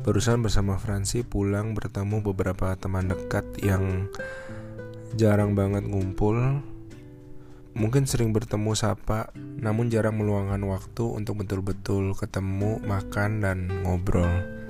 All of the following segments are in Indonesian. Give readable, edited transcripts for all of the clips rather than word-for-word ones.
Barusan bersama Fransi pulang bertemu beberapa teman dekat yang jarang banget ngumpul. Mungkin sering bertemu sapa, namun jarang meluangkan waktu untuk betul-betul ketemu, makan, dan ngobrol.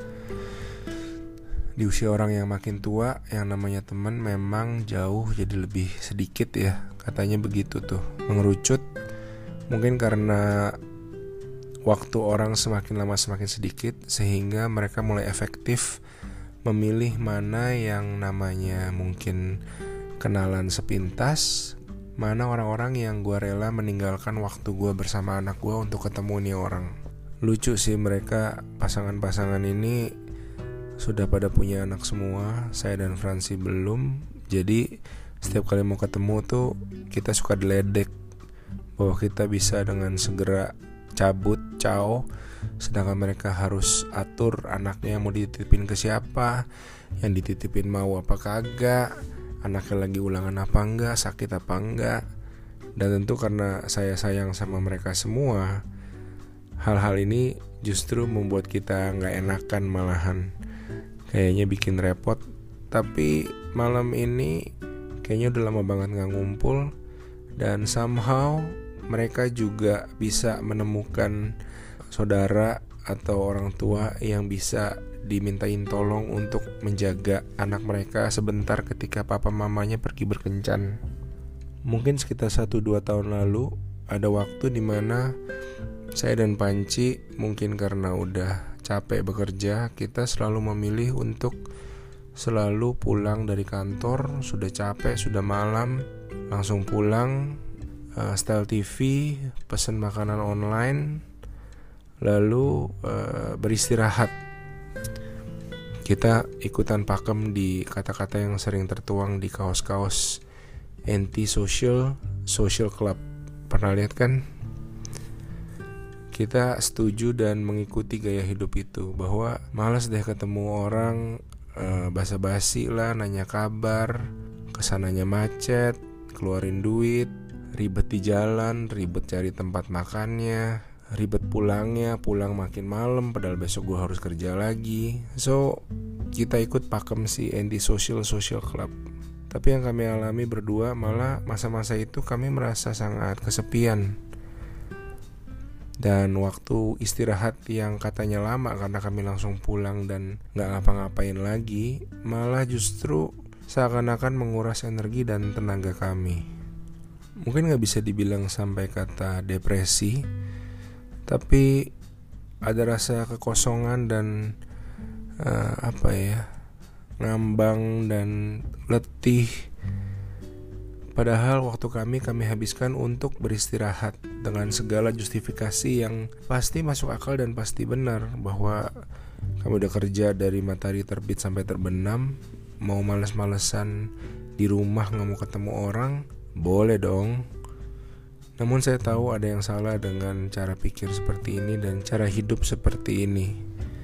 Di usia orang yang makin tua, yang namanya teman memang jauh jadi lebih sedikit ya. Katanya begitu tuh, mengerucut. Mungkin karena waktu orang semakin lama semakin sedikit, sehingga mereka mulai efektif memilih mana yang namanya mungkin kenalan sepintas, mana orang-orang yang gue rela meninggalkan waktu gue bersama anak gue untuk ketemu nih orang. Lucu sih, mereka pasangan-pasangan ini sudah pada punya anak semua. Saya dan Fransi belum. Jadi setiap kali mau ketemu tuh kita suka diledek bahwa kita bisa dengan segera cabut, ciao, sedangkan mereka harus atur anaknya mau dititipin ke siapa, yang dititipin mau apa kagak, anaknya lagi ulangan apa enggak, sakit apa enggak. Dan tentu karena saya sayang sama mereka semua, hal-hal ini justru membuat kita gak enakan, malahan kayaknya bikin repot. Tapi malam ini kayaknya udah lama banget gak ngumpul, dan somehow mereka juga bisa menemukan saudara atau orang tua yang bisa dimintain tolong untuk menjaga anak mereka sebentar ketika papa mamanya pergi berkencan. Mungkin sekitar 1-2 tahun lalu ada waktu dimana saya dan Panci, mungkin karena udah capek bekerja, kita selalu memilih untuk selalu pulang dari kantor. Sudah capek, sudah malam, langsung pulang, style TV, pesan makanan online, lalu beristirahat. Kita ikutan pakem di kata-kata yang sering tertuang di kaos-kaos anti-social, social club. Pernah lihat kan? Kita setuju dan mengikuti gaya hidup itu, bahwa malas deh ketemu orang, basa-basi lah, nanya kabar, kesananya macet, keluarin duit, ribet di jalan, ribet cari tempat makannya, ribet pulangnya, pulang makin malam padahal besok gue harus kerja lagi. So kita ikut pakem si anti-social social club. Tapi yang kami alami berdua, malah masa-masa itu kami merasa sangat kesepian. Dan waktu istirahat yang katanya lama karena kami langsung pulang dan gak ngapa-ngapain lagi, malah justru seakan-akan menguras energi dan tenaga kami. Mungkin gak bisa dibilang sampai kata depresi, tapi ada rasa kekosongan dan ngambang dan letih. Padahal waktu kami habiskan untuk beristirahat dengan segala justifikasi yang pasti masuk akal dan pasti benar, bahwa kami udah kerja dari matahari terbit sampai terbenam, mau males-malesan di rumah gak mau ketemu orang, boleh dong. Namun saya tahu ada yang salah dengan cara pikir seperti ini dan cara hidup seperti ini.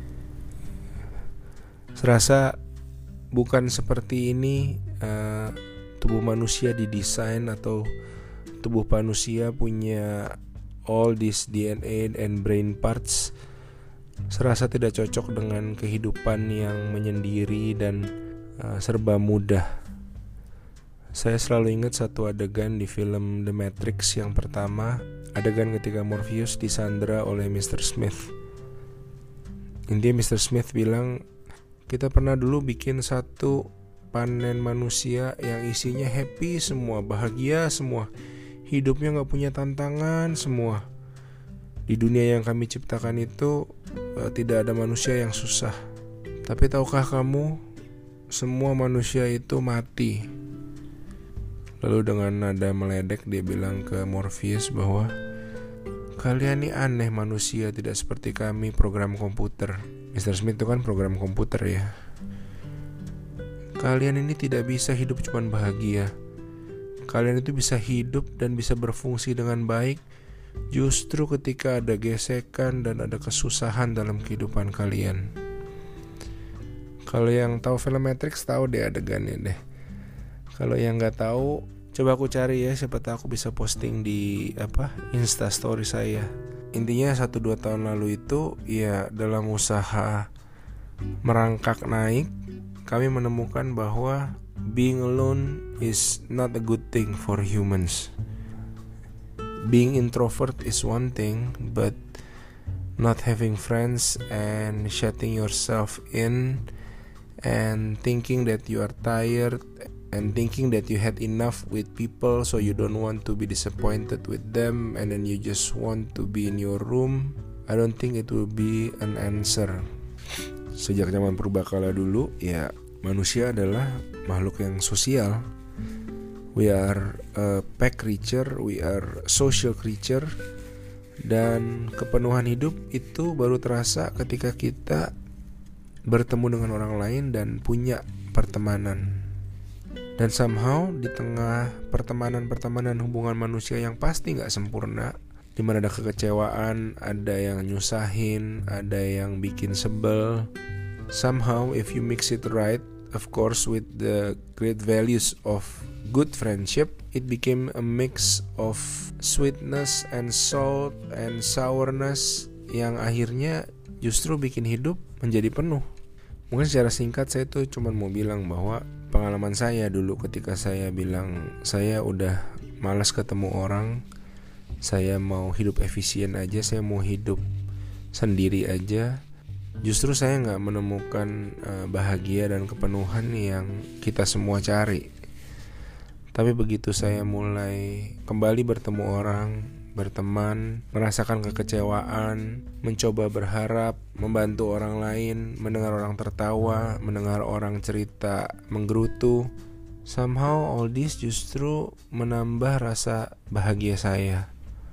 Serasa bukan seperti ini tubuh manusia didesain, atau tubuh manusia punya all this DNA and brain parts. Serasa tidak cocok dengan kehidupan yang menyendiri dan serba mudah. Saya selalu ingat satu adegan di film The Matrix yang pertama, adegan ketika Morpheus disandra oleh Mr. Smith. Intinya Mr. Smith bilang, kita pernah dulu bikin satu panen manusia yang isinya happy semua, bahagia semua, hidupnya gak punya tantangan semua. Di dunia yang kami ciptakan itu tidak ada manusia yang susah. Tapi tahukah kamu, semua manusia itu mati. Lalu dengan nada meledek dia bilang ke Morpheus bahwa kalian ini aneh manusia, tidak seperti kami program komputer. Mr. Smith itu kan program komputer ya. Kalian ini tidak bisa hidup cuma bahagia. Kalian itu bisa hidup dan bisa berfungsi dengan baik justru ketika ada gesekan dan ada kesusahan dalam kehidupan kalian. Kalau yang tahu film Matrix tahu deh adegannya deh. Kalau yang nggak tahu, coba aku cari ya, siapa tahu aku bisa posting di Insta story saya. Intinya 1-2 tahun lalu itu ya dalam usaha merangkak naik, kami menemukan bahwa being alone is not a good thing for humans. Being introvert is one thing, but not having friends and shutting yourself in and thinking that you are tired and thinking that you had enough with people, so you don't want to be disappointed with them, and then you just want to be in your room, I don't think it will be an answer. Sejak zaman purbakala dulu, ya manusia adalah makhluk yang sosial. We are a pack creature, we are social creature. Dan kepenuhan hidup itu baru terasa ketika kita bertemu dengan orang lain dan punya pertemanan. Dan somehow di tengah pertemanan hubungan manusia yang pasti gak sempurna, dimana ada kekecewaan, ada yang nyusahin, ada yang bikin sebel, somehow if you mix it right, of course with the great values of good friendship, it became a mix of sweetness and salt and sourness yang akhirnya justru bikin hidup menjadi penuh. Mungkin secara singkat saya tuh cuma mau bilang bahwa pengalaman saya dulu ketika saya bilang saya udah malas ketemu orang, saya mau hidup efisien aja, saya mau hidup sendiri aja. Justru saya gak menemukan bahagia dan kepenuhan yang kita semua cari. Tapi begitu saya mulai kembali bertemu orang, berteman, merasakan kekecewaan, mencoba berharap, membantu orang lain, mendengar orang tertawa, mendengar orang cerita menggerutu, somehow all this justru menambah rasa bahagia saya.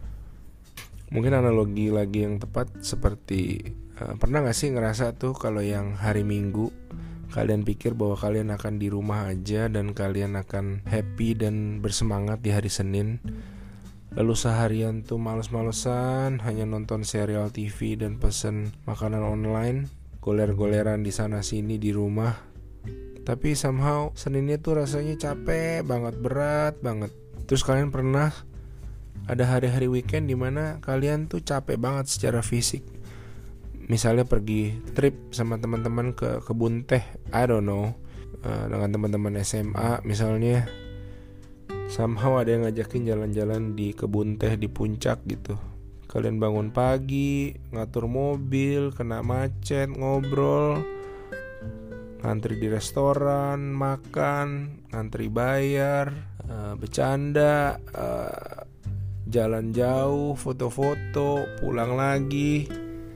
Mungkin analogi lagi yang tepat seperti pernah gak sih ngerasa tuh kalau yang hari Minggu kalian pikir bahwa kalian akan di rumah aja dan kalian akan happy dan bersemangat di hari Senin, lalu seharian tuh males-malesan hanya nonton serial TV dan pesen makanan online, goler-goleran di sana sini di rumah. Tapi somehow Seninnya tuh rasanya capek banget, berat banget. Terus kalian pernah ada hari-hari weekend dimana kalian tuh capek banget secara fisik. Misalnya pergi trip sama teman-teman ke kebun teh, I don't know, dengan teman-teman SMA misalnya. Somehow ada yang ngajakin jalan-jalan di kebun teh di puncak gitu. Kalian bangun pagi, ngatur mobil, kena macet, ngobrol, ngantri di restoran, makan, ngantri bayar, bercanda, jalan jauh, foto-foto, pulang lagi.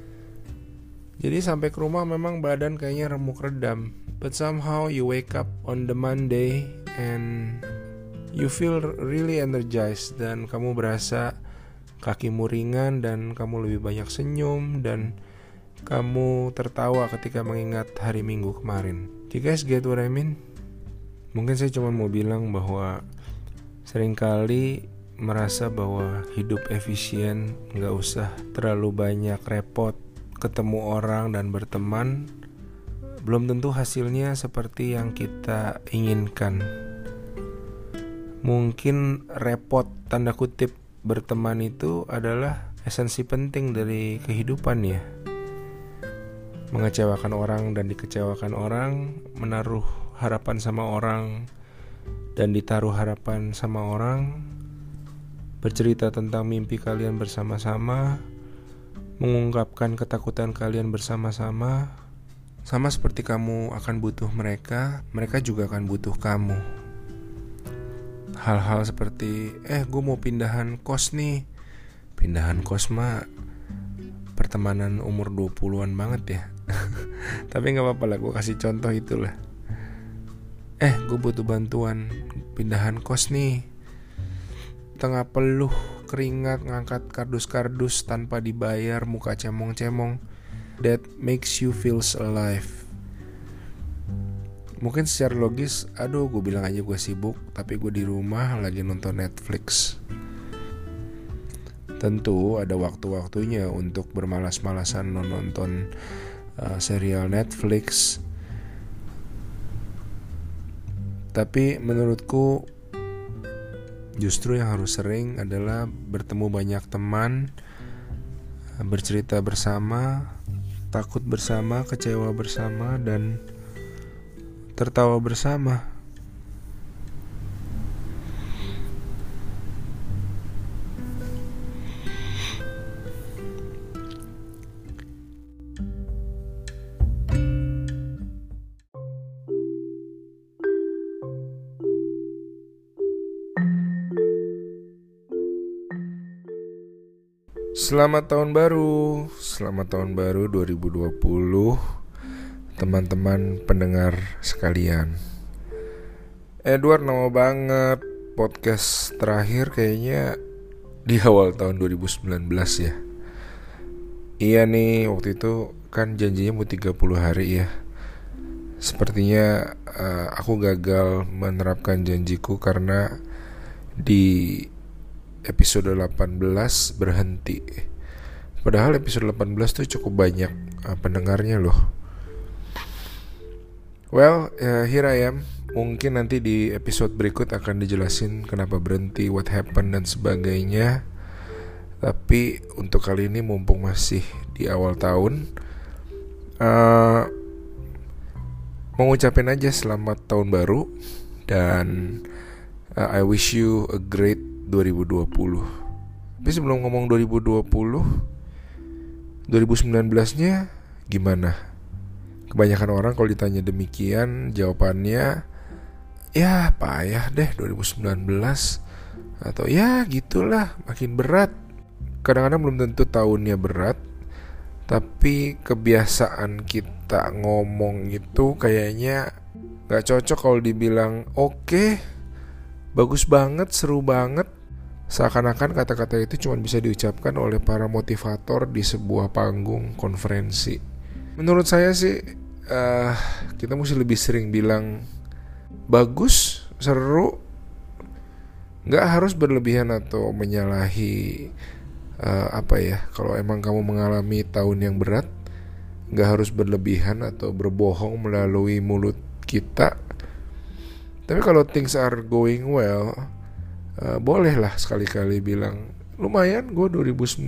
Jadi sampai ke rumah memang badan kayaknya remuk redam. But somehow you wake up on the Monday and you feel really energized. Dan kamu berasa kakimu ringan dan kamu lebih banyak senyum. Dan kamu tertawa ketika mengingat hari Minggu kemarin. Do you guys get what I mean? Mungkin saya cuma mau bilang bahwa seringkali merasa bahwa hidup efisien, gak usah terlalu banyak repot, ketemu orang dan berteman, belum tentu hasilnya seperti yang kita inginkan. Mungkin repot tanda kutip berteman itu adalah esensi penting dari kehidupan ya. Mengecewakan orang dan dikecewakan orang, menaruh harapan sama orang dan ditaruh harapan sama orang, bercerita tentang mimpi kalian bersama-sama, mengungkapkan ketakutan kalian bersama-sama. Sama seperti kamu akan butuh mereka, mereka juga akan butuh kamu. Hal-hal seperti gue mau pindahan kos nih. Pindahan kos mah pertemanan umur 20-an banget ya. Tapi gak apa-apa lah, gue kasih contoh itulah. Gue butuh bantuan pindahan kos nih. Tengah peluh keringat ngangkat kardus-kardus tanpa dibayar, muka cemong-cemong. That makes you feels alive. Mungkin secara logis, gue bilang aja gue sibuk, tapi gue di rumah lagi nonton Netflix. Tentu ada waktu-waktunya untuk bermalas-malasan nonton serial Netflix. Tapi menurutku justru yang harus sering adalah bertemu banyak teman, bercerita bersama, takut bersama, kecewa bersama, dan tertawa bersama. Selamat tahun baru 2020 teman-teman pendengar sekalian. Edward lama banget podcast terakhir kayaknya di awal tahun 2019 ya. Iya nih, waktu itu kan janjinya mau 30 hari ya. Sepertinya aku gagal menerapkan janjiku karena di episode 18 berhenti. Padahal episode 18 tuh cukup banyak pendengarnya loh. Well, here I am. Mungkin nanti di episode berikut akan dijelasin kenapa berhenti, what happened dan sebagainya. Tapi untuk kali ini mumpung masih di awal tahun, mau ngucapin aja selamat tahun baru. Dan I wish you a great 2020. Tapi sebelum ngomong 2020, 2019-nya gimana? Kebanyakan orang kalau ditanya demikian, jawabannya ya payah deh 2019, atau ya gitulah, makin berat. Kadang-kadang belum tentu tahunnya berat, tapi kebiasaan kita ngomong itu kayaknya gak cocok kalau dibilang oke, bagus banget, seru banget. Seakan-akan kata-kata itu cuma bisa diucapkan oleh para motivator di sebuah panggung konferensi. Menurut saya sih kita mesti lebih sering bilang bagus, seru. Gak harus berlebihan atau menyalahi kalau emang kamu mengalami tahun yang berat, gak harus berlebihan atau berbohong melalui mulut kita. Tapi kalau things are going well, bolehlah sekali-kali bilang lumayan gue 2019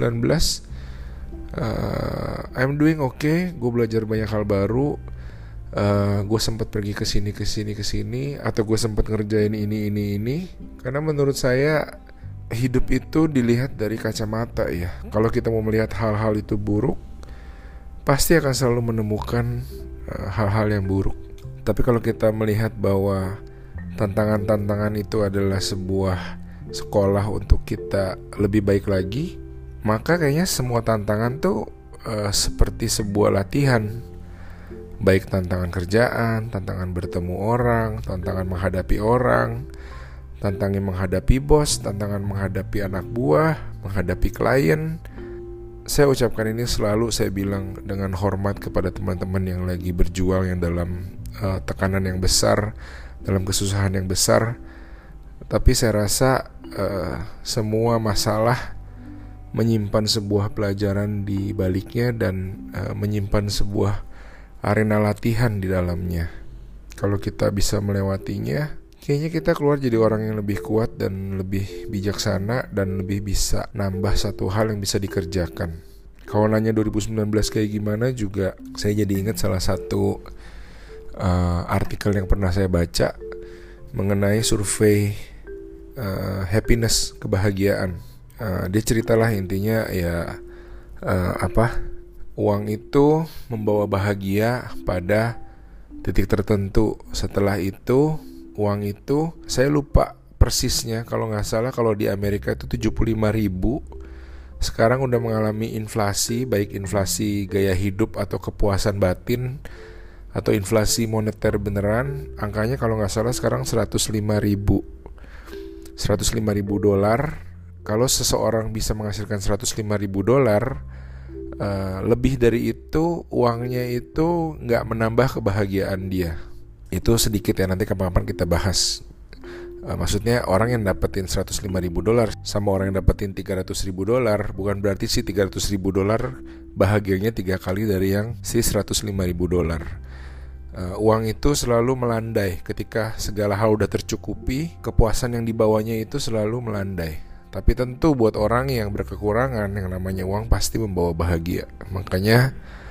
I'm doing okay, gue belajar banyak hal baru, gue sempat pergi ke sini, atau gue sempat ngerjain ini. Karena menurut saya hidup itu dilihat dari kacamata ya. Kalau kita mau melihat hal-hal itu buruk, pasti akan selalu menemukan hal-hal yang buruk. Tapi kalau kita melihat bahwa tantangan-tantangan itu adalah sebuah sekolah untuk kita lebih baik lagi, maka kayaknya semua tantangan tuh seperti sebuah latihan. Baik tantangan kerjaan, tantangan bertemu orang, tantangan menghadapi orang, tantangan menghadapi bos, tantangan menghadapi anak buah, menghadapi klien. Saya ucapkan ini selalu, saya bilang dengan hormat kepada teman-teman yang lagi berjuang, yang dalam tekanan yang besar, dalam kesusahan yang besar. Tapi saya rasa semua masalah menyimpan sebuah pelajaran di baliknya dan menyimpan sebuah arena latihan di dalamnya. Kalau kita bisa melewatinya, kayaknya kita keluar jadi orang yang lebih kuat dan lebih bijaksana dan lebih bisa nambah satu hal yang bisa dikerjakan. Kalau nanya 2019 kayak gimana juga, saya jadi ingat salah satu artikel yang pernah saya baca mengenai survei happiness, kebahagiaan. Dia ceritalah intinya ya uang itu membawa bahagia pada titik tertentu. Setelah itu uang itu, saya lupa persisnya, kalau gak salah kalau di Amerika itu 75.000. Sekarang udah mengalami inflasi, baik inflasi gaya hidup atau kepuasan batin, atau inflasi moneter beneran. Angkanya kalau gak salah sekarang 105.000 dolar. Kalau seseorang bisa menghasilkan 105.000 dolar, lebih dari itu uangnya itu gak menambah kebahagiaan dia. Itu sedikit ya, nanti kapan-kapan kita bahas. Maksudnya orang yang dapetin 105.000 dolar sama orang yang dapetin 300.000 dolar, bukan berarti si 300.000 dolar bahagianya 3 kali dari yang si 105.000 dolar. Uang itu selalu melandai. Ketika segala hal udah tercukupi, kepuasan yang dibawanya itu selalu melandai. Tapi tentu buat orang yang berkekurangan, yang namanya uang pasti membawa bahagia. Makanya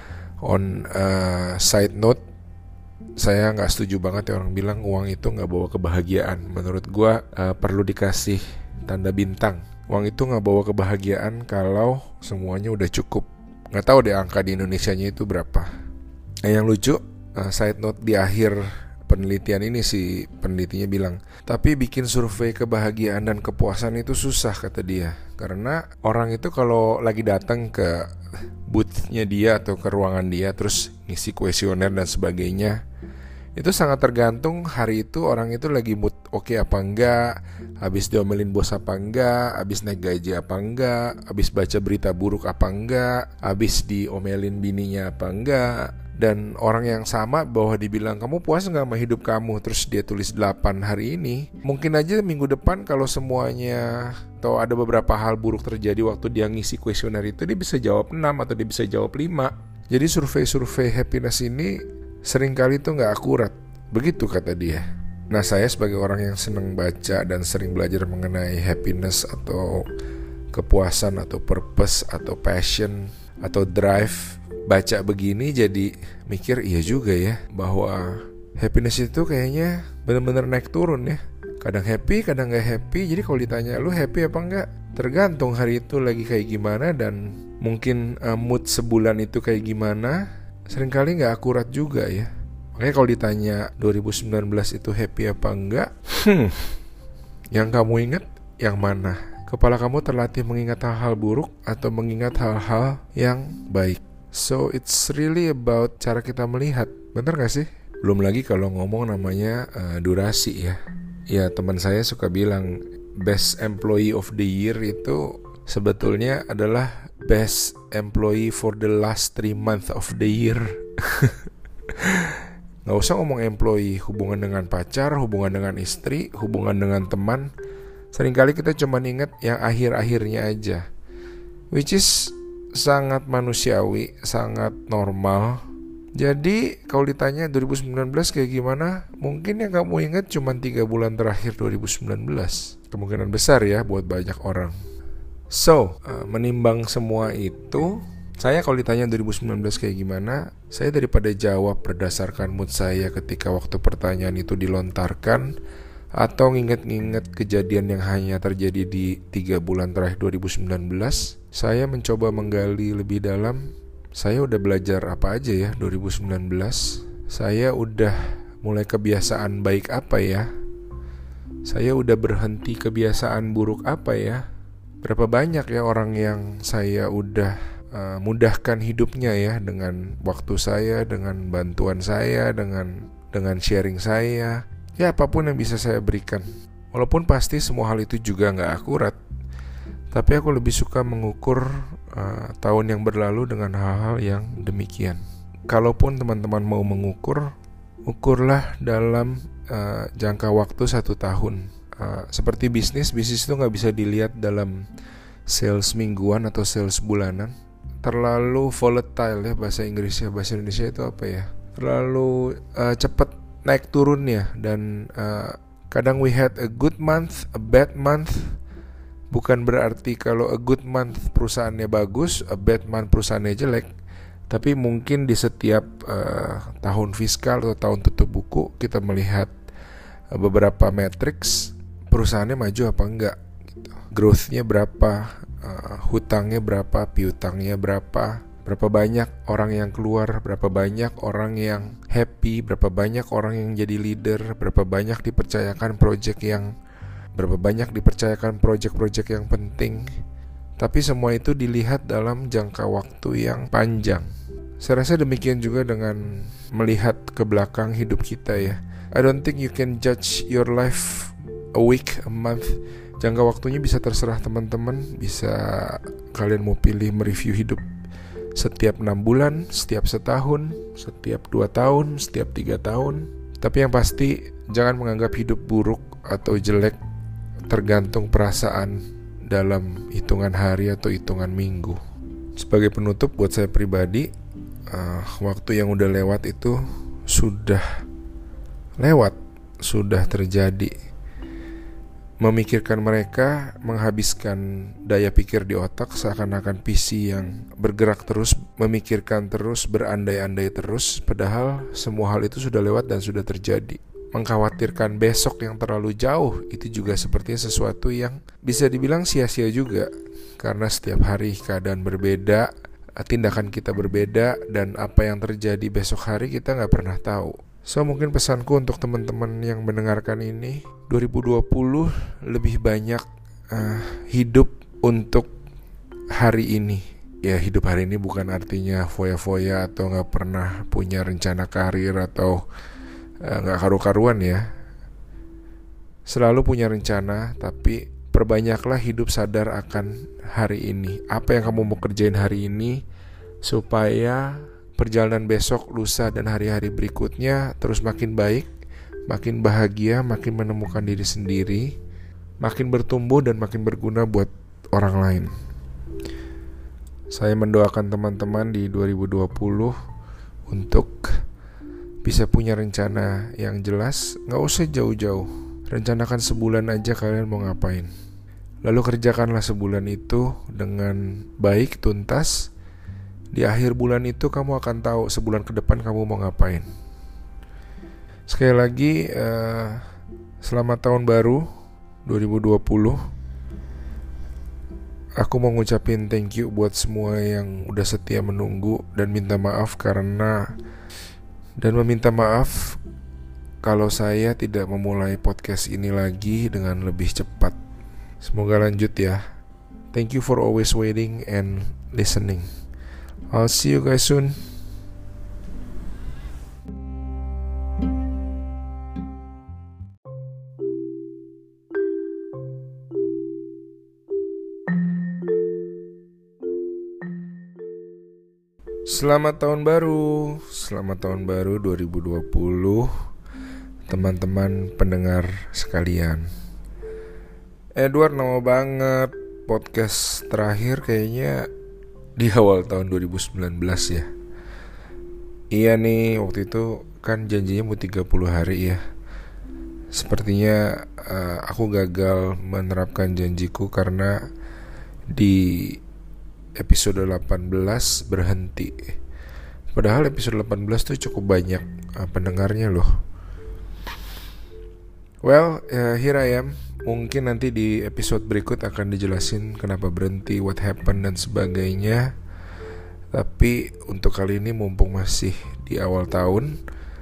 On side note, saya nggak setuju banget ya orang bilang uang itu nggak bawa kebahagiaan. Menurut gue perlu dikasih tanda bintang. Uang itu nggak bawa kebahagiaan kalau semuanya udah cukup. Nggak tahu deh angka di Indonesianya itu berapa. Yang lucu, side note, di akhir penelitian ini si penelitinya bilang, tapi bikin survei kebahagiaan dan kepuasan itu susah, kata dia. Karena orang itu kalau lagi datang ke booth-nya dia atau ke ruangan dia terus ngisi kuesioner dan sebagainya, itu sangat tergantung hari itu orang itu lagi mood oke apa enggak, habis diomelin bos apa enggak, habis naik gaji apa enggak, habis baca berita buruk apa enggak, habis diomelin bininya apa enggak. Dan orang yang sama bahwa dibilang kamu puas gak sama hidup kamu, terus dia tulis 8 hari ini, mungkin aja minggu depan kalau semuanya atau ada beberapa hal buruk terjadi waktu dia ngisi kuesioner itu, dia bisa jawab 6 atau dia bisa jawab 5. Jadi survei-survei happiness ini seringkali itu gak akurat, begitu kata dia. Nah, saya sebagai orang yang senang baca dan sering belajar mengenai happiness atau kepuasan atau purpose atau passion atau drive, baca begini jadi mikir iya juga ya, bahwa happiness itu kayaknya benar-benar naik turun ya. Kadang happy, kadang gak happy. Jadi kalau ditanya lu happy apa enggak, tergantung hari itu lagi kayak gimana, dan mungkin mood sebulan itu kayak gimana, seringkali gak akurat juga ya. Makanya kalau ditanya 2019 itu happy apa enggak, yang kamu ingat yang mana? Kepala kamu terlatih mengingat hal-hal buruk atau mengingat hal-hal yang baik? So it's really about cara kita melihat, bener gak sih? Belum lagi kalau ngomong namanya durasi ya. Ya, teman saya suka bilang best employee of the year itu sebetulnya adalah best employee for the last 3 months of the year. Gak usah ngomong employee, hubungan dengan pacar, hubungan dengan istri, hubungan dengan teman. Seringkali kita cuma ingat yang akhir-akhirnya aja, which is sangat manusiawi, sangat normal. Jadi kalau ditanya 2019 kayak gimana, mungkin yang kamu ingat cuma 3 bulan terakhir 2019. Kemungkinan besar ya buat banyak orang. So, menimbang semua itu, saya kalau ditanya 2019 kayak gimana, saya daripada jawab berdasarkan mood saya ketika waktu pertanyaan itu dilontarkan, atau nginget-nginget kejadian yang hanya terjadi di 3 bulan terakhir 2019, saya mencoba menggali lebih dalam. Saya udah belajar apa aja ya 2019? Saya udah mulai kebiasaan baik apa ya? Saya udah berhenti kebiasaan buruk apa ya? Berapa banyak ya orang yang saya udah mudahkan hidupnya ya, dengan waktu saya, dengan bantuan saya, dengan sharing saya. Ya, apapun yang bisa saya berikan. Walaupun pasti semua hal itu juga gak akurat, tapi aku lebih suka mengukur tahun yang berlalu dengan hal-hal yang demikian. Kalaupun teman-teman mau mengukur, ukurlah dalam jangka waktu 1 tahun. Seperti bisnis itu gak bisa dilihat dalam sales mingguan atau sales bulanan. Terlalu volatile ya bahasa Inggrisnya. Bahasa Indonesia itu apa ya? Terlalu cepat naik turunnya, dan kadang we had a good month, a bad month. Bukan berarti kalau a good month perusahaannya bagus, a bad month perusahaannya jelek. Tapi mungkin di setiap tahun fiskal atau tahun tutup buku kita melihat beberapa matriks, perusahaannya maju apa enggak gitu. Growth-nya berapa, hutangnya berapa, piutangnya berapa banyak orang yang keluar, berapa banyak orang yang happy, berapa banyak orang yang jadi leader, berapa banyak dipercayakan project yang penting. Tapi semua itu dilihat dalam jangka waktu yang panjang. Saya rasa demikian juga dengan melihat ke belakang hidup kita ya. I don't think you can judge your life a week, a month. Jangka waktunya bisa terserah teman-teman. Bisa kalian mau pilih mereview hidup setiap 6 bulan, setiap setahun, setiap 2 tahun, setiap 3 tahun. Tapi yang pasti jangan menganggap hidup buruk atau jelek tergantung perasaan dalam hitungan hari atau hitungan minggu. Sebagai penutup buat saya pribadi, waktu yang udah lewat itu sudah lewat, sudah terjadi. Memikirkan mereka menghabiskan daya pikir di otak, seakan-akan PC yang bergerak terus, memikirkan terus, berandai-andai terus, padahal semua hal itu sudah lewat dan sudah terjadi. Mengkhawatirkan besok yang terlalu jauh, itu juga sepertinya sesuatu yang bisa dibilang sia-sia juga, karena setiap hari keadaan berbeda, tindakan kita berbeda, dan apa yang terjadi besok hari kita gak pernah tahu. So mungkin pesanku untuk teman-teman yang mendengarkan ini, 2020 lebih banyak hidup untuk hari ini. Ya, hidup hari ini bukan artinya foya-foya atau gak pernah punya rencana karir atau gak karu-karuan ya. Selalu punya rencana, tapi perbanyaklah hidup sadar akan hari ini. Apa yang kamu mau kerjain hari ini, supaya perjalanan besok, lusa, dan hari-hari berikutnya terus makin baik, makin bahagia, makin menemukan diri sendiri, makin bertumbuh dan makin berguna buat orang lain. Saya mendoakan teman-teman di 2020 untuk bisa punya rencana yang jelas. Gak usah jauh-jauh, rencanakan sebulan aja kalian mau ngapain. Lalu kerjakanlah sebulan itu dengan baik, tuntas. Di akhir bulan itu kamu akan tahu sebulan ke depan kamu mau ngapain. Sekali lagi, selamat tahun baru 2020. Aku mau ngucapin thank you buat semua yang udah setia menunggu, dan meminta maaf kalau saya tidak memulai podcast ini lagi dengan lebih cepat. Semoga lanjut ya. Thank you for always waiting and listening. I'll see you guys soon. Selamat tahun baru 2020, teman-teman pendengar sekalian. Edward, lama banget podcast terakhir kayaknya di awal tahun 2019 ya. Iya nih, waktu itu kan janjinya mau 30 hari ya. Sepertinya aku gagal menerapkan janjiku karena di episode 18 berhenti. Padahal episode 18 tuh cukup banyak pendengarnya loh. Well, here I am. Mungkin nanti di episode berikut akan dijelasin kenapa berhenti, what happened, dan sebagainya. Tapi untuk kali ini mumpung masih di awal tahun,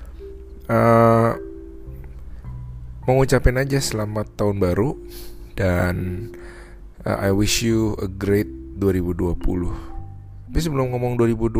mau ngucapin aja selamat tahun baru. Dan I wish you a great 2020. Tapi sebelum ngomong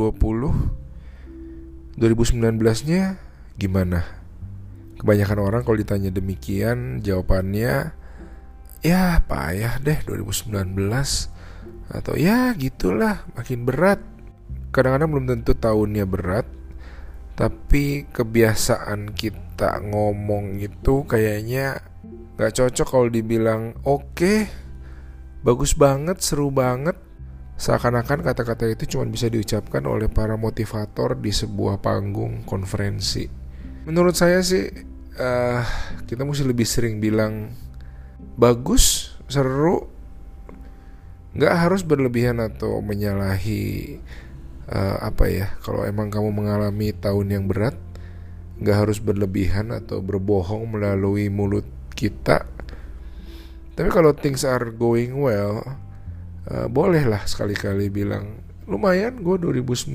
2020, 2019-nya gimana? Kebanyakan orang kalau ditanya demikian, jawabannya ya payah deh 2019, atau ya gitulah, makin berat. Kadang-kadang belum tentu tahunnya berat, tapi kebiasaan kita ngomong itu kayaknya gak cocok kalau dibilang oke, bagus banget, seru banget. Seakan-akan kata-kata itu cuma bisa diucapkan oleh para motivator di sebuah panggung konferensi. Menurut saya sih kita mesti lebih sering bilang bagus, seru. Gak harus berlebihan atau menyalahi kalau emang kamu mengalami tahun yang berat, gak harus berlebihan atau berbohong melalui mulut kita. Tapi kalau things are going well, bolehlah sekali-kali bilang lumayan, gue 2019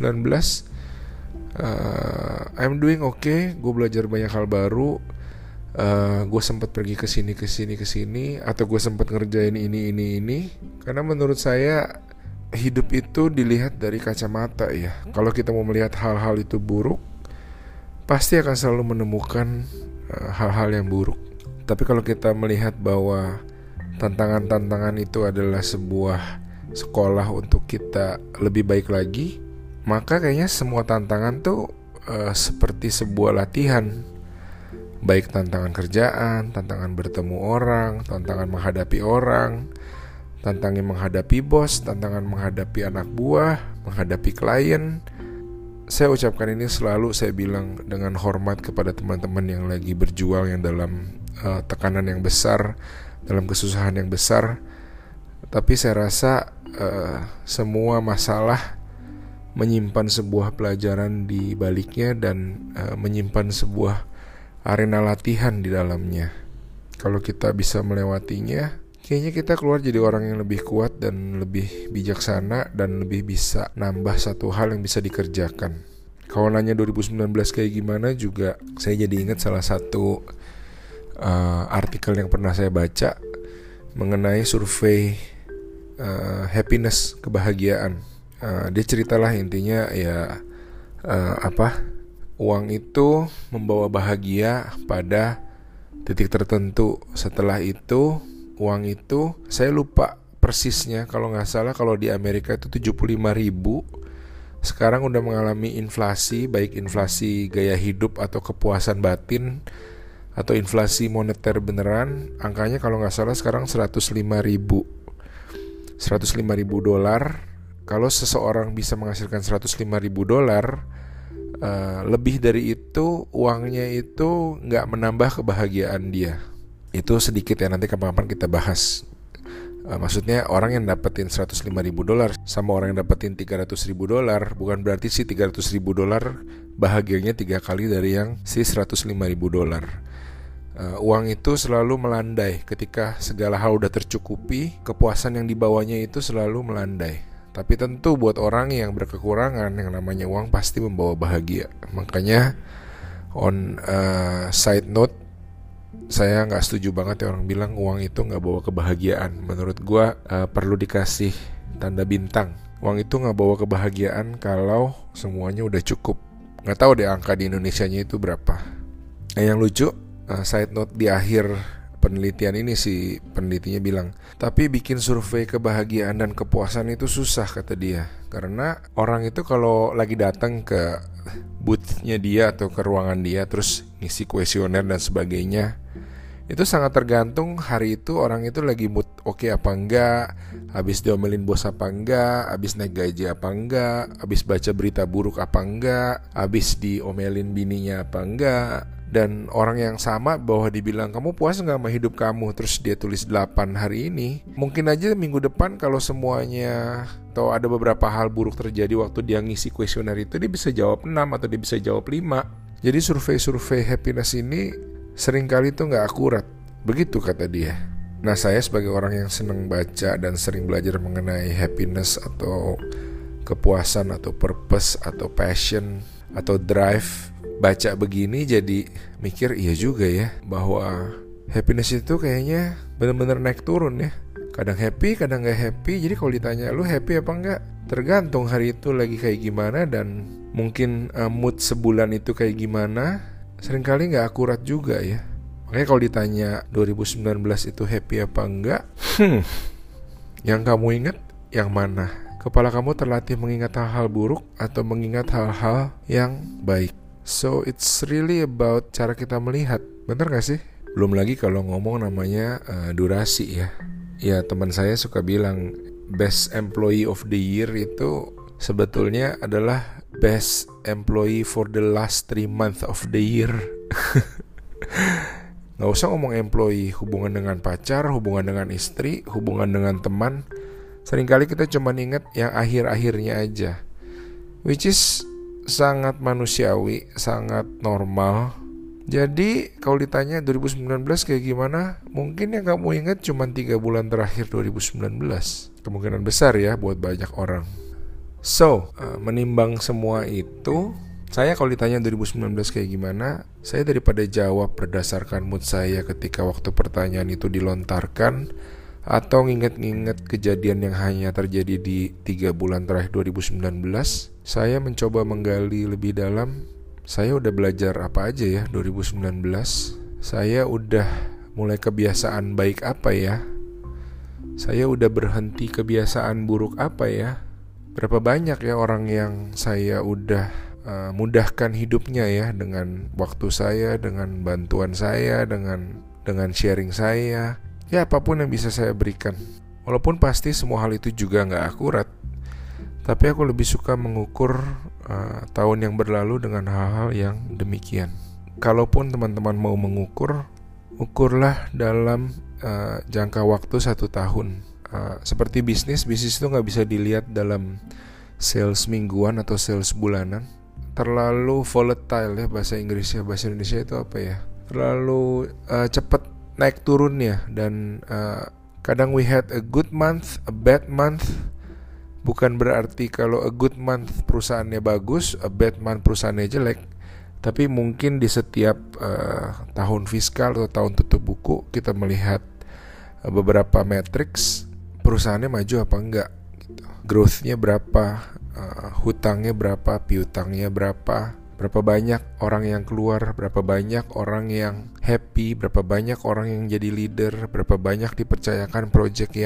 I'm doing okay, gue belajar banyak hal baru, gue sempat pergi ke sini, atau gue sempat ngerjain ini. Karena menurut saya hidup itu dilihat dari kacamata ya. Kalau kita mau melihat hal-hal itu buruk, pasti akan selalu menemukan hal-hal yang buruk. Tapi kalau kita melihat bahwa tantangan-tantangan itu adalah sebuah sekolah untuk kita lebih baik lagi, maka kayaknya semua tantangan tuh seperti sebuah latihan. Baik tantangan kerjaan, tantangan bertemu orang, tantangan menghadapi orang, tantangan menghadapi bos, tantangan menghadapi anak buah, menghadapi klien. Saya ucapkan ini selalu, saya bilang dengan hormat kepada teman-teman yang lagi berjuang, yang dalam tekanan yang besar, dalam kesusahan yang besar. Tapi saya rasa semua masalah menyimpan sebuah pelajaran di baliknya dan menyimpan sebuah arena latihan di dalamnya. Kalau kita bisa melewatinya, kayaknya kita keluar jadi orang yang lebih kuat dan lebih bijaksana dan lebih bisa nambah satu hal yang bisa dikerjakan. Kalau nanya 2019 kayak gimana juga, saya jadi ingat salah satu artikel yang pernah saya baca mengenai survei happiness, kebahagiaan. Dia ceritalah intinya ya uang itu membawa bahagia pada titik tertentu. Setelah itu uang itu, saya lupa persisnya, kalau nggak salah kalau di Amerika itu 75.000. Sekarang udah mengalami inflasi, baik inflasi gaya hidup atau kepuasan batin atau inflasi moneter beneran. Angkanya kalau nggak salah sekarang 105.000 dolar. Kalau seseorang bisa menghasilkan 105.000 dolar, lebih dari itu uangnya itu nggak menambah kebahagiaan dia. Itu sedikit ya, nanti kapan-kapan kita bahas. Maksudnya orang yang dapetin 105.000 dolar sama orang yang dapetin 300.000 dolar, bukan berarti si 300.000 dolar bahagianya 3 kali dari yang si 105.000 dolar. Uang itu selalu melandai. Ketika segala hal udah tercukupi, kepuasan yang dibawanya itu selalu melandai. Tapi tentu buat orang yang berkekurangan, yang namanya uang pasti membawa bahagia. Makanya on side note, saya gak setuju banget ya orang bilang uang itu gak bawa kebahagiaan. Menurut gue perlu dikasih tanda bintang. Uang itu gak bawa kebahagiaan kalau semuanya udah cukup. Gak tahu deh angka di Indonesianya itu berapa. Yang lucu, side note, di akhir penelitian ini si penelitinya bilang, tapi bikin survei kebahagiaan dan kepuasan itu susah, kata dia. Karena orang itu kalau lagi datang ke booth-nya dia atau ke ruangan dia terus ngisi kuesioner dan sebagainya, itu sangat tergantung hari itu orang itu lagi mood oke apa enggak, habis diomelin bos apa enggak, habis naik gaji apa enggak, habis baca berita buruk apa enggak, habis diomelin bininya apa enggak. Dan orang yang sama bahwa dibilang kamu puas gak sama hidup kamu, terus dia tulis 8 hari ini, mungkin aja minggu depan kalau semuanya atau ada beberapa hal buruk terjadi waktu dia ngisi kuesioner itu, dia bisa jawab 6 atau dia bisa jawab 5. Jadi survei-survei happiness ini seringkali itu gak akurat. Begitu kata dia. Nah, saya sebagai orang yang senang baca dan sering belajar mengenai happiness atau kepuasan atau purpose atau passion atau drive, baca begini jadi mikir iya juga ya, bahwa happiness itu kayaknya benar-benar naik turun ya. Kadang happy, kadang gak happy. Jadi kalau ditanya lu happy apa enggak, tergantung hari itu lagi kayak gimana dan mungkin mood sebulan itu kayak gimana. Seringkali gak akurat juga ya. Makanya kalau ditanya 2019 itu happy apa enggak, yang kamu ingat yang mana? Kepala kamu terlatih mengingat hal-hal buruk atau mengingat hal-hal yang baik? So it's really about cara kita melihat, bener gak sih? Belum lagi kalau ngomong namanya durasi ya. Ya, teman saya suka bilang best employee of the year itu sebetulnya adalah best employee for the last 3 months of the year. Gak usah ngomong employee, hubungan dengan pacar, hubungan dengan istri, hubungan dengan teman. Seringkali kita cuma ingat yang akhir-akhirnya aja, which is sangat manusiawi, sangat normal. Jadi kalau ditanya 2019 kayak gimana, mungkin yang kamu ingat cuma 3 bulan terakhir 2019. Kemungkinan besar ya buat banyak orang. So, menimbang semua itu, saya kalau ditanya 2019 kayak gimana, saya daripada jawab berdasarkan mood saya ketika waktu pertanyaan itu dilontarkan, atau nginget-nginget kejadian yang hanya terjadi di 3 bulan terakhir 2019, saya mencoba menggali lebih dalam. Saya udah belajar apa aja ya 2019? Saya udah mulai kebiasaan baik apa ya? Saya udah berhenti kebiasaan buruk apa ya? Berapa banyak ya orang yang saya udah mudahkan hidupnya ya, dengan waktu saya, dengan bantuan saya, dengan sharing saya. Ya, apapun yang bisa saya berikan. Walaupun pasti semua hal itu juga gak akurat, tapi aku lebih suka mengukur tahun yang berlalu dengan hal-hal yang demikian. Kalaupun teman-teman mau mengukur, ukurlah dalam jangka waktu 1 tahun. Seperti bisnis itu nggak bisa dilihat dalam sales mingguan atau sales bulanan. Terlalu volatile ya bahasa Inggrisnya, bahasa Indonesia itu apa ya? Terlalu cepat naik turunnya, dan kadang we had a good month, a bad month. Bukan berarti kalau a good month perusahaannya bagus, a bad month perusahaannya jelek. Tapi mungkin di setiap tahun fiskal atau tahun tutup buku kita melihat beberapa matriks perusahaannya maju apa enggak gitu. Growth-nya berapa, hutangnya berapa, piutangnya berapa banyak orang yang keluar, berapa banyak orang yang happy, berapa banyak orang yang jadi leader, berapa banyak dipercayakan project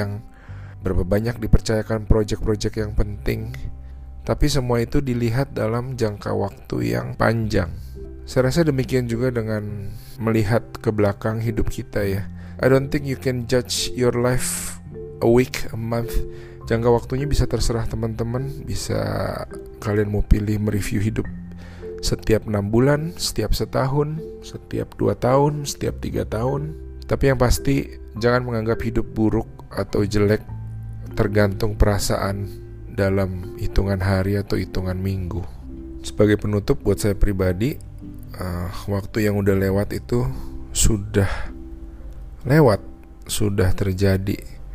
yang penting. Tapi semua itu dilihat dalam jangka waktu yang panjang. Saya rasa demikian juga dengan melihat ke belakang hidup kita ya. I don't think you can judge your life a week, a month. Jangka waktunya bisa terserah teman-teman. Bisa kalian mau pilih mereview hidup setiap 6 bulan, setiap setahun, setiap 2 tahun, setiap 3 tahun. Tapi yang pasti jangan menganggap hidup buruk atau jelek tergantung perasaan dalam hitungan hari atau hitungan minggu. Sebagai penutup buat saya pribadi, waktu yang udah lewat itu sudah lewat, sudah terjadi.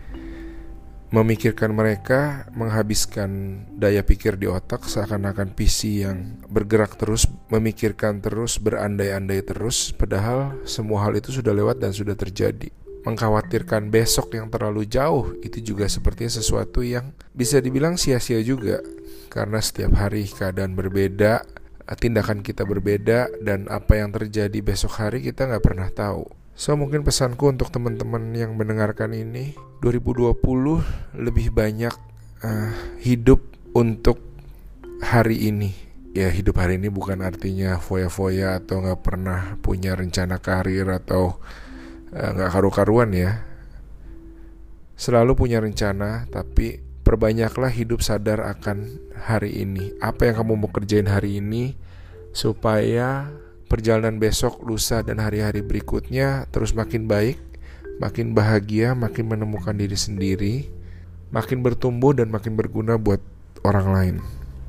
Memikirkan mereka menghabiskan daya pikir di otak, seakan-akan PC yang bergerak terus, memikirkan terus, berandai-andai terus, padahal semua hal itu sudah lewat dan sudah terjadi. Mengkhawatirkan besok yang terlalu jauh itu juga sepertinya sesuatu yang bisa dibilang sia-sia juga, karena setiap hari keadaan berbeda, tindakan kita berbeda, dan apa yang terjadi besok hari kita gak pernah tahu. So mungkin pesanku untuk teman-teman yang mendengarkan ini, 2020 lebih banyak hidup untuk hari ini. Ya, hidup hari ini bukan artinya foya-foya atau gak pernah punya rencana karir atau gak karu-karuan ya. Selalu punya rencana, tapi perbanyaklah hidup sadar akan hari ini. Apa yang kamu mau kerjain hari ini, supaya perjalanan besok, lusa, dan hari-hari berikutnya terus makin baik, makin bahagia, makin menemukan diri sendiri, makin bertumbuh dan makin berguna buat orang lain.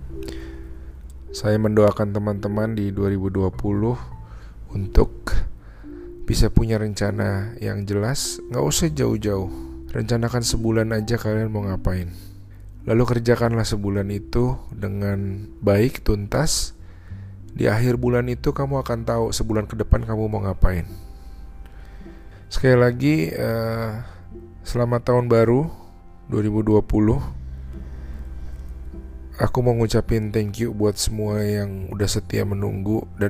Saya mendoakan teman-teman di 2020 untuk bisa punya rencana yang jelas. Gak usah jauh-jauh, rencanakan sebulan aja kalian mau ngapain. Lalu kerjakanlah sebulan itu dengan baik, tuntas. Di akhir bulan itu kamu akan tahu sebulan ke depan kamu mau ngapain. Sekali lagi, selamat tahun baru 2020. Aku mau ngucapin thank you buat semua yang udah setia menunggu, dan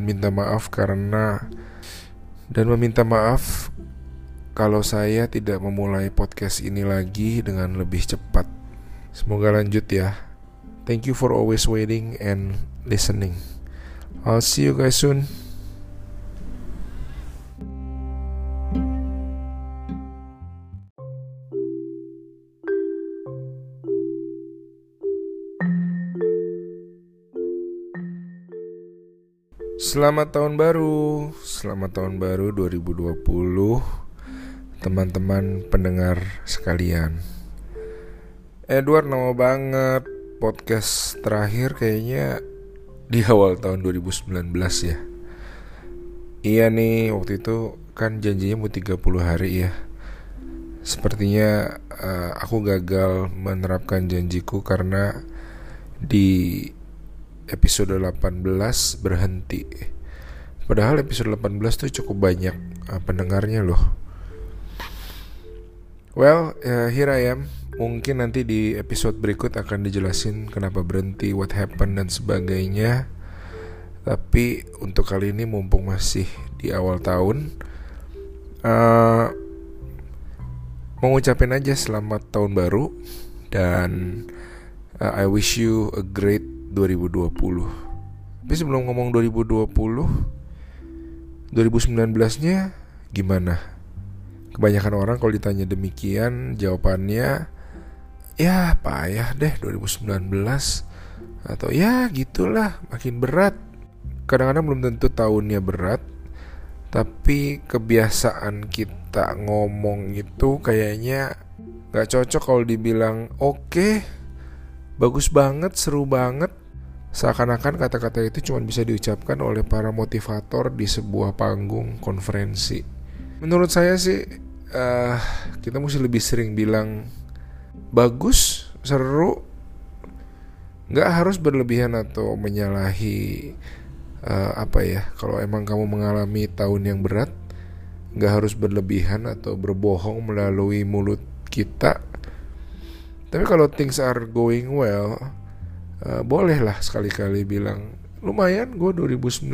meminta maaf kalau saya tidak memulai podcast ini lagi dengan lebih cepat. Semoga lanjut ya. Thank you for always waiting and listening. I'll see you guys soon. Selamat tahun baru 2020, teman-teman pendengar sekalian. Edward, lama banget podcast terakhir kayaknya di awal tahun 2019 ya. Iya nih, waktu itu kan janjinya mau 30 hari ya. Sepertinya aku gagal menerapkan janjiku karena di episode 18 berhenti. Padahal episode 18 tuh cukup banyak pendengarnya loh. Well, here I am. Mungkin nanti di episode berikut akan dijelasin kenapa berhenti, what happened, dan sebagainya. Tapi untuk kali ini mumpung masih di awal tahun, mau ngucapin aja selamat tahun baru. Dan I wish you a great 2020. Tapi sebelum ngomong 2020, 2019-nya gimana? Kebanyakan orang kalau ditanya demikian, jawabannya ya payah deh 2019, atau ya gitulah, makin berat. Kadang-kadang belum tentu tahunnya berat, Tapi kebiasaan kita ngomong itu kayaknya gak cocok kalau dibilang oke, bagus banget, seru banget. Seakan-akan kata-kata itu cuma bisa diucapkan oleh para motivator di sebuah panggung konferensi. Menurut saya sih kita mesti lebih sering bilang bagus, seru. Gak harus berlebihan atau menyalahi kalau emang kamu mengalami tahun yang berat, gak harus berlebihan atau berbohong melalui mulut kita. Tapi kalau things are going well, bolehlah sekali-kali bilang lumayan gue 2019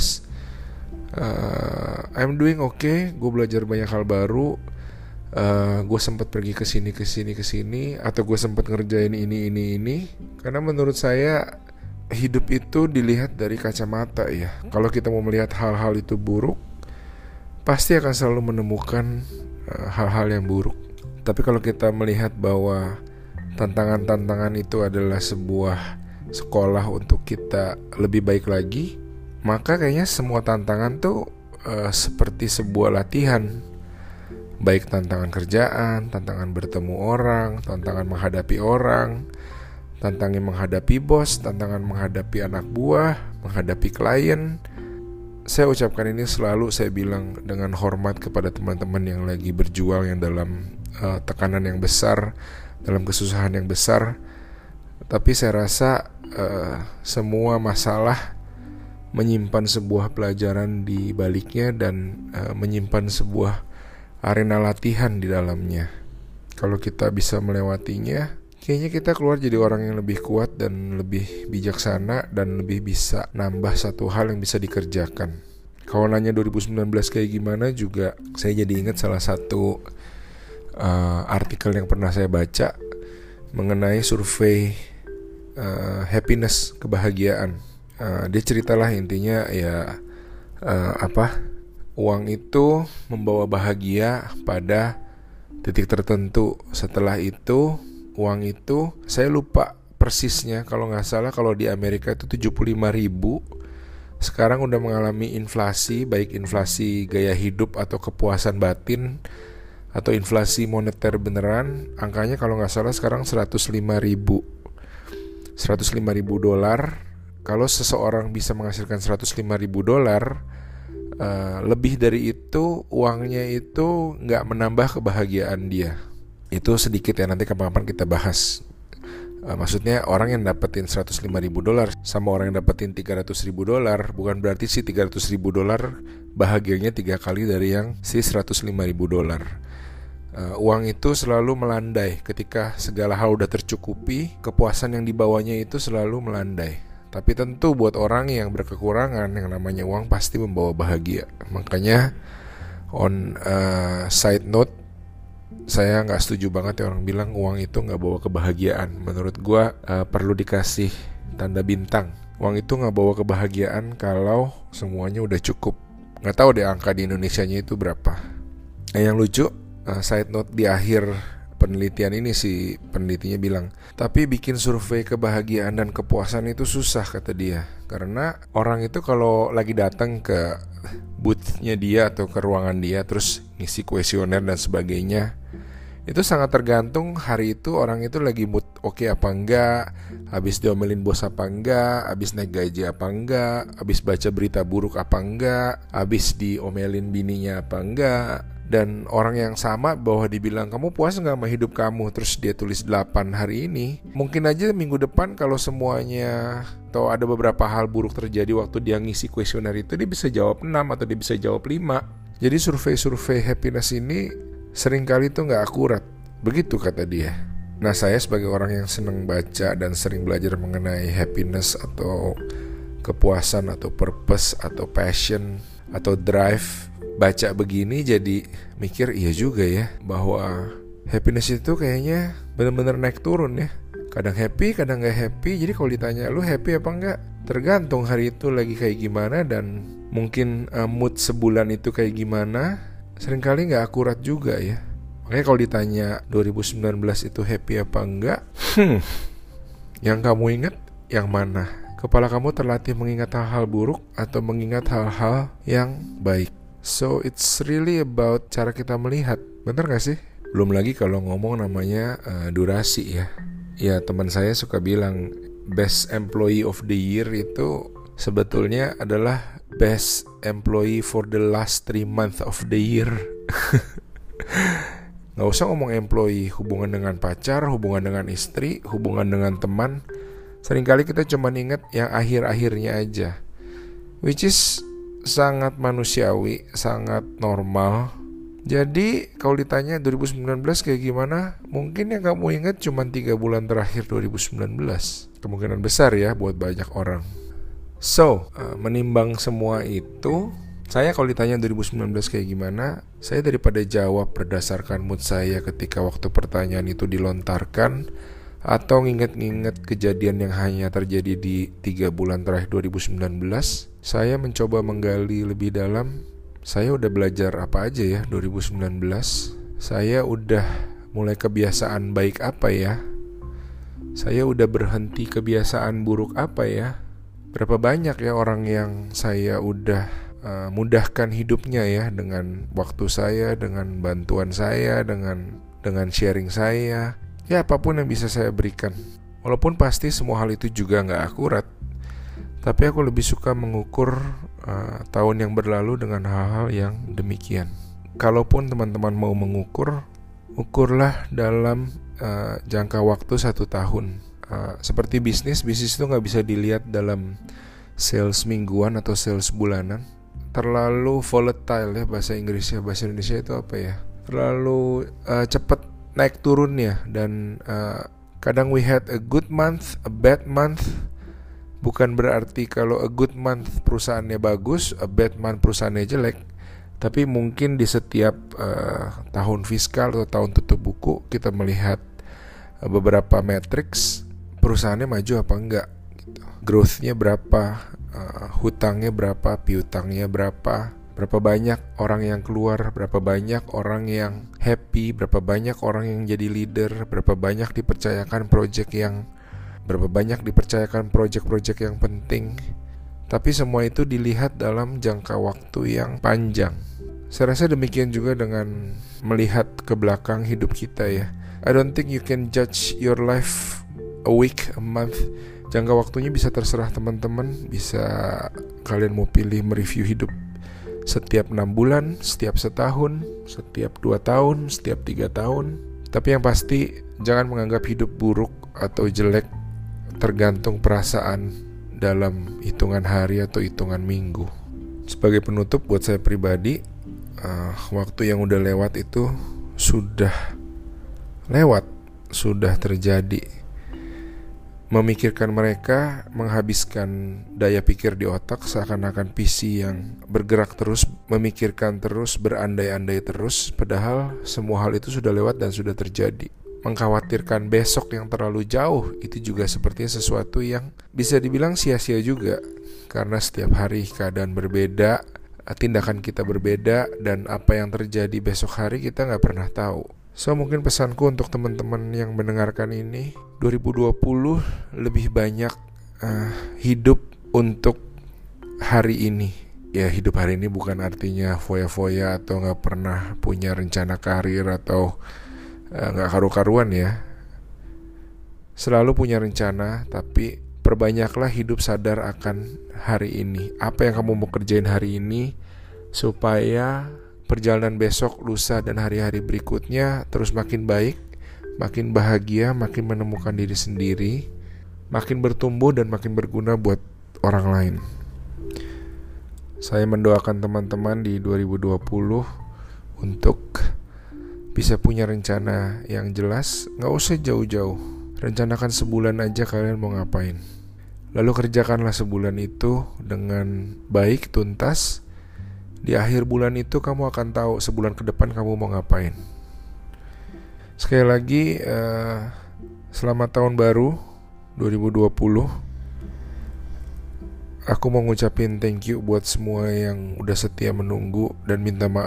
I'm doing okay, gue belajar banyak hal baru, gue sempat pergi ke sini atau gue sempat ngerjain ini. Karena menurut saya hidup itu dilihat dari kacamata ya. Kalau kita mau melihat hal-hal itu buruk, pasti akan selalu menemukan hal-hal yang buruk. Tapi kalau kita melihat bahwa tantangan-tantangan itu adalah sebuah sekolah untuk kita lebih baik lagi, maka kayaknya semua tantangan tuh seperti sebuah latihan. Baik tantangan kerjaan, tantangan bertemu orang, tantangan menghadapi orang, tantangan menghadapi bos, tantangan menghadapi anak buah, menghadapi klien. Saya ucapkan ini selalu, saya bilang dengan hormat kepada teman-teman yang lagi berjuang, yang dalam tekanan yang besar, dalam kesusahan yang besar. Tapi saya rasa semua masalah menyimpan sebuah pelajaran di baliknya dan menyimpan sebuah arena latihan di dalamnya. Kalau kita bisa melewatinya, kayaknya kita keluar jadi orang yang lebih kuat dan lebih bijaksana dan lebih bisa nambah satu hal yang bisa dikerjakan. Kalau nanya 2019 kayak gimana juga, saya jadi ingat salah satu artikel yang pernah saya baca mengenai survei happiness, kebahagiaan. Dia ceritalah intinya ya uang itu membawa bahagia pada titik tertentu. Setelah itu uang itu, saya lupa persisnya, kalau gak salah kalau di Amerika itu 75.000. Sekarang udah mengalami inflasi, baik inflasi gaya hidup atau kepuasan batin, atau inflasi moneter beneran. Angkanya kalau gak salah sekarang 105.000 $105.000. Kalau seseorang bisa menghasilkan $105.000, lebih dari itu uangnya itu gak menambah kebahagiaan dia. Itu sedikit ya, nanti kapan-kapan kita bahas. Maksudnya orang yang dapetin $105.000 sama orang yang dapetin $300.000, bukan berarti si $300.000 bahagianya 3 kali dari yang si $105.000. Uang itu selalu melandai. Ketika segala hal udah tercukupi, kepuasan yang dibawanya itu selalu melandai. Tapi tentu buat orang yang berkekurangan, yang namanya uang pasti membawa bahagia. Makanya on side note, saya gak setuju banget ya orang bilang uang itu gak bawa kebahagiaan. Menurut gue perlu dikasih tanda bintang. Uang itu gak bawa kebahagiaan kalau semuanya udah cukup. Gak tahu deh angka di Indonesianya itu berapa. Yang lucu, side note, di akhir penelitian ini si penelitinya bilang, tapi bikin survei kebahagiaan dan kepuasan itu susah, kata dia. Karena orang itu kalau lagi datang ke booth-nya dia atau ke ruangan dia terus ngisi kuesioner dan sebagainya, itu sangat tergantung hari itu orang itu lagi mood oke apa enggak, habis diomelin bos apa enggak, habis naik gaji apa enggak, habis baca berita buruk apa enggak, habis diomelin bininya apa enggak. Dan orang yang sama bahwa dibilang kamu puas gak sama hidup kamu, terus dia tulis 8 hari ini, mungkin aja minggu depan kalau semuanya atau ada beberapa hal buruk terjadi waktu dia ngisi kuesioner itu, dia bisa jawab 6 atau dia bisa jawab 5. Jadi survei-survei happiness ini seringkali tuh gak akurat. Begitu kata dia. Nah, saya sebagai orang yang senang baca dan sering belajar mengenai happiness atau kepuasan atau purpose atau passion atau drive, baca begini jadi mikir iya juga ya, bahwa happiness itu kayaknya benar-benar naik turun ya. Kadang happy, kadang gak happy. Jadi kalau ditanya lu happy apa enggak, tergantung hari itu lagi kayak gimana, dan mungkin mood sebulan itu kayak gimana. Seringkali gak akurat juga ya. Makanya kalau ditanya 2019 itu happy apa enggak, yang kamu ingat yang mana? Kepala kamu terlatih mengingat hal-hal buruk atau mengingat hal-hal yang baik? So it's really about cara kita melihat. Bener gak sih? Belum lagi kalau ngomong namanya durasi ya. Ya teman saya suka bilang best employee of the year itu sebetulnya adalah best employee for the last 3 months of the year. Gak usah ngomong employee, hubungan dengan pacar, hubungan dengan istri, hubungan dengan teman. Seringkali kita cuma ingat yang akhir-akhirnya aja, which is sangat manusiawi, sangat normal. Jadi kalau ditanya 2019 kayak gimana, mungkin yang kamu ingat cuma 3 bulan terakhir 2019. Kemungkinan besar ya buat banyak orang. So, menimbang semua itu, saya kalau ditanya 2019 kayak gimana, saya daripada jawab berdasarkan mood saya ketika waktu pertanyaan itu dilontarkan, atau nginget-nginget kejadian yang hanya terjadi di 3 bulan terakhir 2019, saya mencoba menggali lebih dalam. Saya udah belajar apa aja ya 2019? Saya udah mulai kebiasaan baik apa ya? Saya udah berhenti kebiasaan buruk apa ya? Berapa banyak ya orang yang saya udah mudahkan hidupnya ya, dengan waktu saya, dengan bantuan saya, dengan sharing saya. Ya apapun yang bisa saya berikan. Walaupun pasti semua hal itu juga gak akurat, tapi aku lebih suka mengukur tahun yang berlalu dengan hal-hal yang demikian. Kalaupun teman-teman mau mengukur, ukurlah dalam jangka waktu 1 tahun. Seperti bisnis itu gak bisa dilihat dalam sales mingguan atau sales bulanan. Terlalu volatile ya bahasa Inggrisnya. Bahasa Indonesia itu apa ya? Terlalu cepat naik turunnya. Dan kadang we had a good month, a bad month. Bukan berarti kalau a good month perusahaannya bagus, a bad month perusahaannya jelek. Tapi mungkin di setiap tahun fiskal atau tahun tutup buku kita melihat beberapa matriks, perusahaannya maju apa enggak gitu. Growth-nya berapa, hutangnya berapa, piutangnya berapa banyak orang yang keluar, berapa banyak orang yang happy, berapa banyak orang yang jadi leader, berapa banyak dipercayakan project yang penting. Tapi semua itu dilihat dalam jangka waktu yang panjang. Saya rasa demikian juga dengan melihat ke belakang hidup kita ya. I don't think you can judge your life a week, a month. Jangka waktunya bisa terserah teman-teman. Bisa kalian mau pilih mereview hidup setiap 6 bulan, setiap setahun, setiap 2 tahun, setiap 3 tahun. Tapi yang pasti jangan menganggap hidup buruk atau jelek tergantung perasaan dalam hitungan hari atau hitungan minggu. Sebagai penutup buat saya pribadi, waktu yang udah lewat itu sudah lewat, sudah terjadi. Memikirkan mereka menghabiskan daya pikir di otak, seakan-akan PC yang bergerak terus, memikirkan terus, berandai-andai terus, padahal semua hal itu sudah lewat dan sudah terjadi. Mengkhawatirkan besok yang terlalu jauh itu juga sepertinya sesuatu yang bisa dibilang sia-sia juga, karena setiap hari keadaan berbeda, tindakan kita berbeda, dan apa yang terjadi besok hari kita gak pernah tahu. So mungkin pesanku untuk teman-teman yang mendengarkan ini, 2020 lebih banyak hidup untuk hari ini. Ya hidup hari ini bukan artinya foya-foya atau gak pernah punya rencana karir atau gak karu-karuan ya. Selalu punya rencana, tapi perbanyaklah hidup sadar akan hari ini. Apa yang kamu mau kerjain hari ini, supaya perjalanan besok, lusa, dan hari-hari berikutnya terus makin baik, makin bahagia, makin menemukan diri sendiri, makin bertumbuh dan makin berguna buat orang lain. Saya mendoakan teman-teman di 2020 untuk bisa punya rencana yang jelas. Gak usah jauh-jauh, rencanakan sebulan aja kalian mau ngapain. Lalu kerjakanlah sebulan itu dengan baik, tuntas. Di akhir bulan itu kamu akan tahu sebulan ke depan kamu mau ngapain. Sekali lagi selamat tahun baru 2020. Aku mau ngucapin thank you buat semua yang udah setia menunggu, dan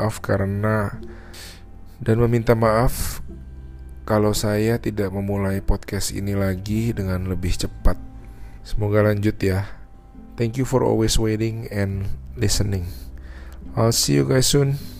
meminta maaf kalau saya tidak memulai podcast ini lagi dengan lebih cepat. Semoga lanjut ya. Thank you for always waiting and listening. I'll see you guys soon.